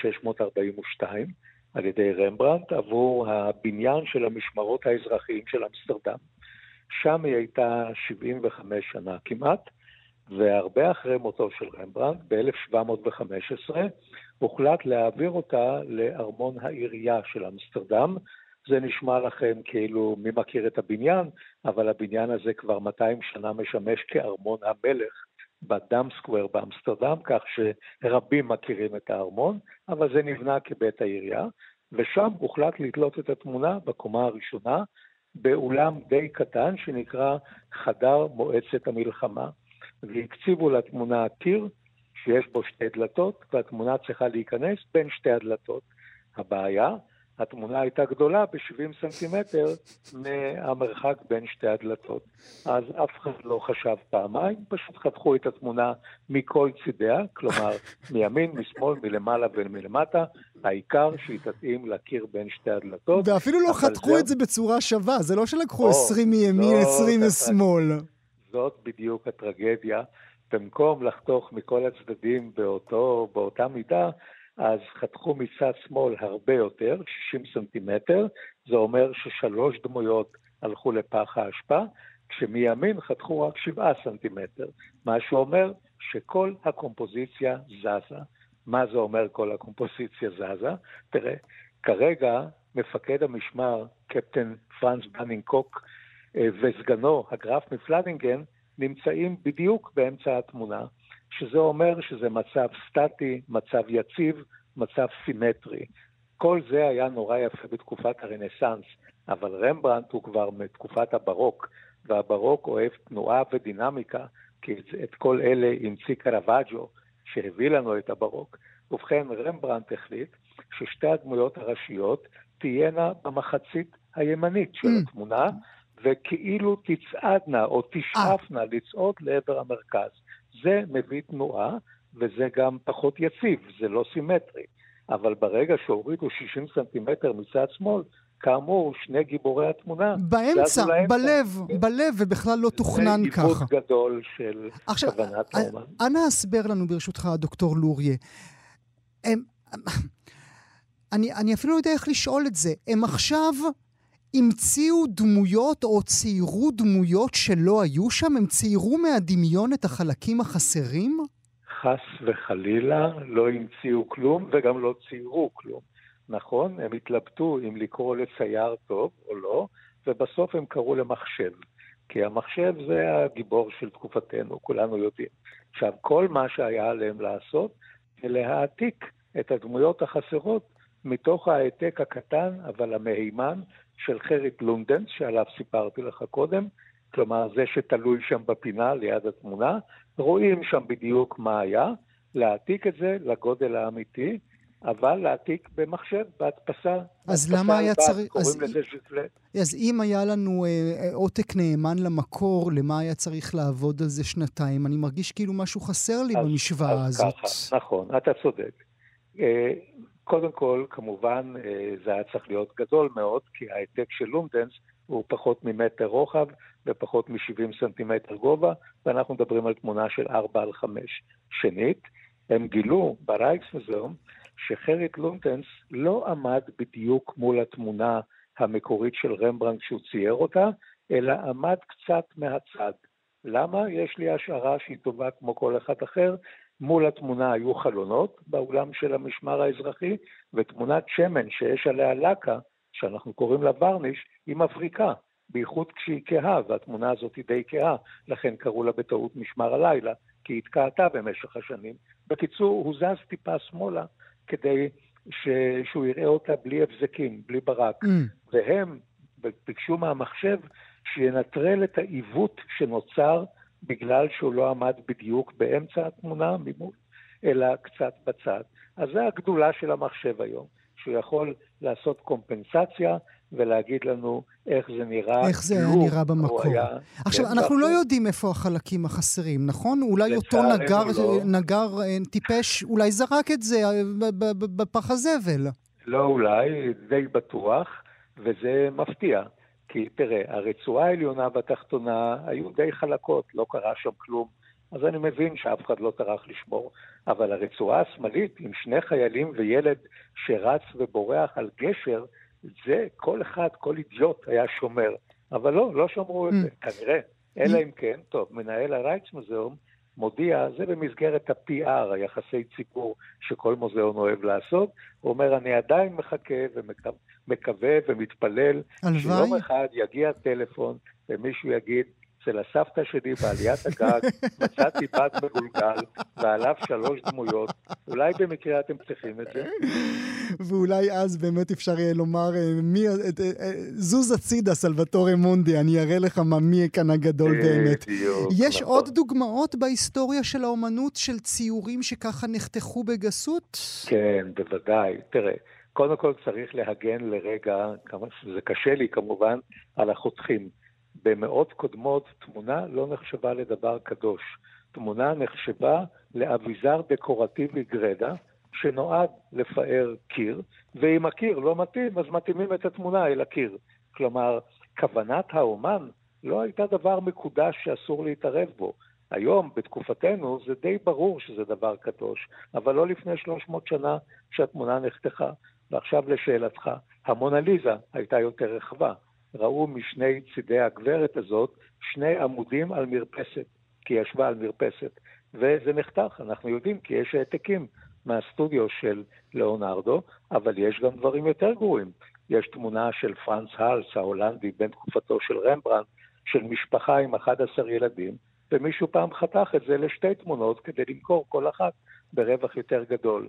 ב-1642 על ידי רמברנדט עבור הבניין של המשמרות האזרחיים של אמסטרדם. שם היא הייתה 75 שנה כמעט, והרבה אחרי מותו של רמברנדט, ב-1715, הוחלט להעביר אותה לארמון העירייה של אמסטרדם. זה נשמע לכם כאילו מי מכיר את הבניין, אבל הבניין הזה כבר 200 שנה משמש כארמון המלך בדם סקוואר באמסטרדם, כך שרבים מכירים את הארמון, אבל זה נבנה כבית העירייה, ושם הוחלט לתלות את התמונה בקומה הראשונה, באולם די קטן שנקרא חדר מועצת המלחמה, והקציבו לתמונה קיר שיש בו 2 דלתות, והתמונה צריכה להיכנס בין 2 הדלתות. הבעיה, התמונה הייתה גדולה ב-70 סנטימטר מהמרחק בין 2 הדלתות. אז אף אחד לא חשב פעמיים, פשוט חתכו את התמונה מכל צידיה, כלומר מימין, משמאל, מלמעלה ומלמטה, העיקר שהיא תתאים לקיר בין 2 הדלתות. ואפילו לא חתכו את זה בצורה שווה, זה לא שלקחו 20 מימין, 20 משמאל. זאת בדיוק הטרגדיה. במקום לחתוך מכל הצדדים באותה מידה, אז חתכו מצד שמאל הרבה יותר, 60 סנטימטר, זה אומר ש3 דמויות הלכו לפח האשפה, כשמימין חתכו רק 7 סנטימטר, מה שאומר שכל הקומפוזיציה זזה. מה זה אומר כל הקומפוזיציה זזה? תראה, כרגע מפקד המשמר, קפטן פרנץ בנינקוק, וסגנו, הגרף מפלדינגן, נמצאים בדיוק באמצע התמונה, שזה אומר שזה מצב סטטי, מצב יציב, מצב סימטרי. כל זה היה נורא יפה בתקופת הרנסנס, אבל רמברנדט הוא כבר מתקופת הברוק, והברוק אוהב תנועה ודינמיקה, כי את כל אלה המציא קרוואג'ו, שהביא לנו את הברוק. ובכן, רמברנדט החליט ש2 הדמויות הראשיות תהיינה במחצית הימנית של התמונה, וכאילו תצעדנה או תשאפנה לצעוד לעבר המרכז. זה מביא תנועה, וזה גם פחות יציב, זה לא סימטרי. אבל ברגע שהורידו 60 סנטימטר מצד שמאל, כאמור, 2 גיבורי התמונה. באמצע, בלב, ובכלל לא תוכנן ככה. זה עיוות גדול של כוונת האומן. אנא הסבר לנו ברשותך, דוקטור לוריה. אני אפילו לא יודע איך לשאול את זה. הם עכשיו המציאו דמויות או ציירו דמויות שלא היו שם? הם ציירו מהדמיון את החלקים החסרים? חס וחלילה לא המציאו כלום וגם לא ציירו כלום. נכון, הם התלבטו אם לקרוא לצייר טוב או לא, ובסוף הם קראו למחשב. כי המחשב זה הגיבור של תקופתנו, כולנו יודעים. עכשיו, כל מה שהיה עליהם לעשות, זה להעתיק את הדמויות החסרות מתוך העתק הקטן, אבל המהימן, של חריט לונדנס, שעליו סיפרתי לך קודם, כלומר זה שתלוי שם בפינה ליד התמונה, רואים שם בדיוק מה היה, להעתיק את זה לגודל האמיתי, אבל להעתיק במחשב, בהדפסה. אז למה היה צריך... קוראים לזה שפלט. אז אם היה לנו עותק נאמן למקור, למה היה צריך לעבוד על זה שנתיים? אני מרגיש כאילו משהו חסר לי במשוואה הזאת. ככה, נכון, אתה צודק. קודם כל, כמובן, זה היה צריך להיות גדול מאוד, כי העתק של לונדנס הוא פחות ממטר רוחב ופחות מ-70 סנטימטר גובה, ואנחנו מדברים על תמונה של 4x5. שנית, הם גילו ברייכסמוזיאום שחריט לונדנס לא עמד בדיוק מול התמונה המקורית של רמברנדט שהוא צייר אותה, אלא עמד קצת מהצד. למה? יש לי השערה שהיא טובה כמו כל אחד אחר. מול התמונה היו חלונות באולם של המשמר האזרחי, ותמונת שמן שיש עליה לקה, שאנחנו קוראים לה ורניש, היא מבריקה, בייחוד כשהיא כהה, והתמונה הזאת היא די כהה, לכן קראו לה בטעות משמר הלילה, כי היא התקעתה במשך השנים. בקיצור, הוא זז טיפה שמאלה, כדי שהוא יראה אותה בלי הבזקים, בלי ברק. והם ביקשו מהמחשב שינטרל את העיוות שנוצר בגלל שהוא לא עמד בדיוק באמצע התמונה ממול, אלא קצת בצד. אז זה הגדולה של המחשב היום, שהוא יכול לעשות קומפנסציה ולהגיד לנו איך זה נראה. איך זה היה נראה במקור. עכשיו, אנחנו לא יודעים איפה החלקים החסרים, נכון? אולי אותו נגר טיפש, אולי זרק את זה בפח הזבל. לא אולי, די בטוח, וזה מפתיע. כי תראה, הרצועה העליונה והתחתונה היו די חלקות, לא קרה שם כלום, אז אני מבין שאף אחד לא טרח לשמור, אבל הרצועה השמאלית עם שני חיילים וילד שרץ ובורח על גשר, זה כל אחד, כל אידיוט היה שומר, אבל לא שמרו את זה, כנראה, אלא אם כן, טוב, מנהל הרייכסמוזיאום מודיע, זה במסגרת ה-PR, היחסי ציבור שכל מוזיאון אוהב לעשות, הוא אומר, אני עדיין מחכה ומקווה ומתפלל, שיום אחד יגיע טלפון ומישהו יגיד, אצל הסבתא שלי בעליית הגג, מצאתי בת מגולגל, ועליו 3 דמויות, אולי במקרה אתם צריכים את זה? ואולי אז באמת אפשר יהיה לומר, זוז הצידה סלווטורי מונדי, אני אראה לך מי כאן הגדול באמת. יש עוד דוגמאות בהיסטוריה של האומנות, של ציורים שככה נחתכו בגסות? כן, בוודאי. תראה, קודם כל צריך להגן לרגע, זה קשה לי כמובן, על החותכים. במאות קודמות תמונה לא נחשבה לדבר קדוש. תמונה נחשבה לאביזר דקורטיבי גרדה, שנועד לפאר קיר, ואם הקיר לא מתאים, אז מתאימים את התמונה אל הקיר. כלומר, כוונת האומן לא הייתה דבר מקודש שאסור להתערב בו. היום, בתקופתנו, זה די ברור שזה דבר קדוש, אבל לא לפני 300 שנה שהתמונה נחתכה. ועכשיו לשאלתך, המונליזה הייתה יותר רחבה. ראו משני צידי הגברת הזאת 2 עמודים על מרפסת, כי היא ישבה על מרפסת, וזה נחתך. אנחנו יודעים כי יש העתקים מהסטודיו של ליאונרדו, אבל יש גם דברים יותר גרועים. יש תמונה של פרנץ האלס, ההולנדי, בין תקופתו של רמברנדט, של משפחה עם 11 ילדים, ומישהו פעם חתך את זה ל2 תמונות כדי למכור כל אחת ברווח יותר גדול.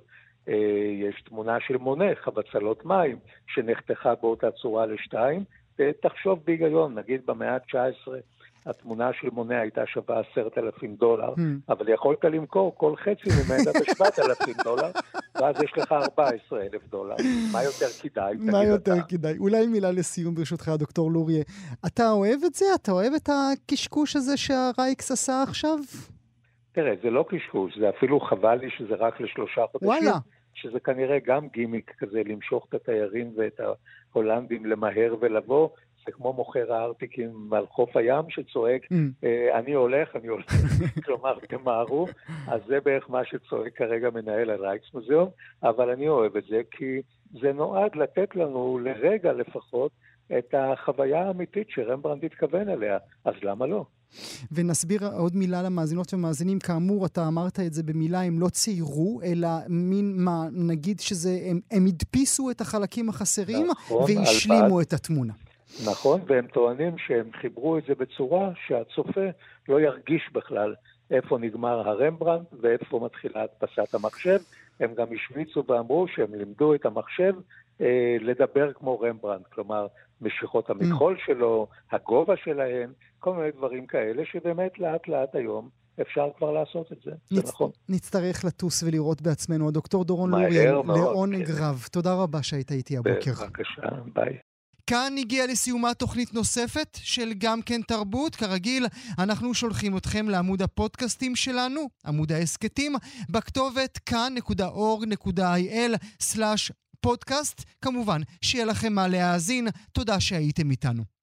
יש תמונה של מונה, חבצלות מים, שנחתכה באותה צורה ל2, תחשוב בהיגיון, נגיד במאה ה-19, התמונה של מונה הייתה שווה $10,000, אבל יכולת למכור כל חצי ממנה $7,000, ואז יש לך $14,000. מה יותר כדאי? מה יותר כדאי? אולי מילה לסיום ברשותך, דוקטור לוריה. אתה אוהב את זה? אתה אוהב את הקשקוש הזה שהרייקס עשה עכשיו? תראה, זה לא קשקוש, זה אפילו חבל לי שזה רק ל3 חודשים. וואלה. שזה כנראה גם גימיק כזה, למשוך את התיירים ואת ההולנדים למהר ולבוא, זה כמו מוכר הארטיקים על חוף הים שצועק, אני הולך, כלומר, תמהרו, אז זה בערך מה שצועק כרגע מנהל הרייכסמוזיאום, אבל אני אוהב את זה, כי זה נועד לתת לנו לרגע לפחות את החוויה האמיתית שרמברנדט התכוון אליה, אז למה לא? ונסביר עוד מילה למאזינות ומאזינים, כאמור אתה אמרת את זה במילה, הם לא ציירו, אלא נגיד הם הדפיסו את החלקים החסרים, נכון, והשלימו את התמונה. נכון, והם טוענים שהם חיברו את זה בצורה שהצופה לא ירגיש בכלל איפה נגמר הרמברנדט ואיפה מתחילה הדפסת המחשב. הם גם השוויצו ואמרו שהם לימדו את המחשב לדבר כמו רמברנדט, כלומר משיכות המכחול שלו, הגובה שלהם, כל מיני דברים כאלה שבאמת לאט לאט היום אפשר כבר לעשות את זה. זה נכון. נצטרך לטוס ולראות בעצמנו. הדוקטור דורון לוריאל, לעונג רב. תודה רבה שהיית איתי הבוקר. בבקשה, ביי. כאן הגיעה לסיומה תוכנית נוספת של גם כן תרבות. כרגיל, אנחנו שולחים אתכם לעמוד הפודקאסטים שלנו, עמוד העסקתים, בכתובת כאן.org.il/פודקאסט. כמובן, שיהיה לכם מה להאזין. תודה שהייתם איתנו.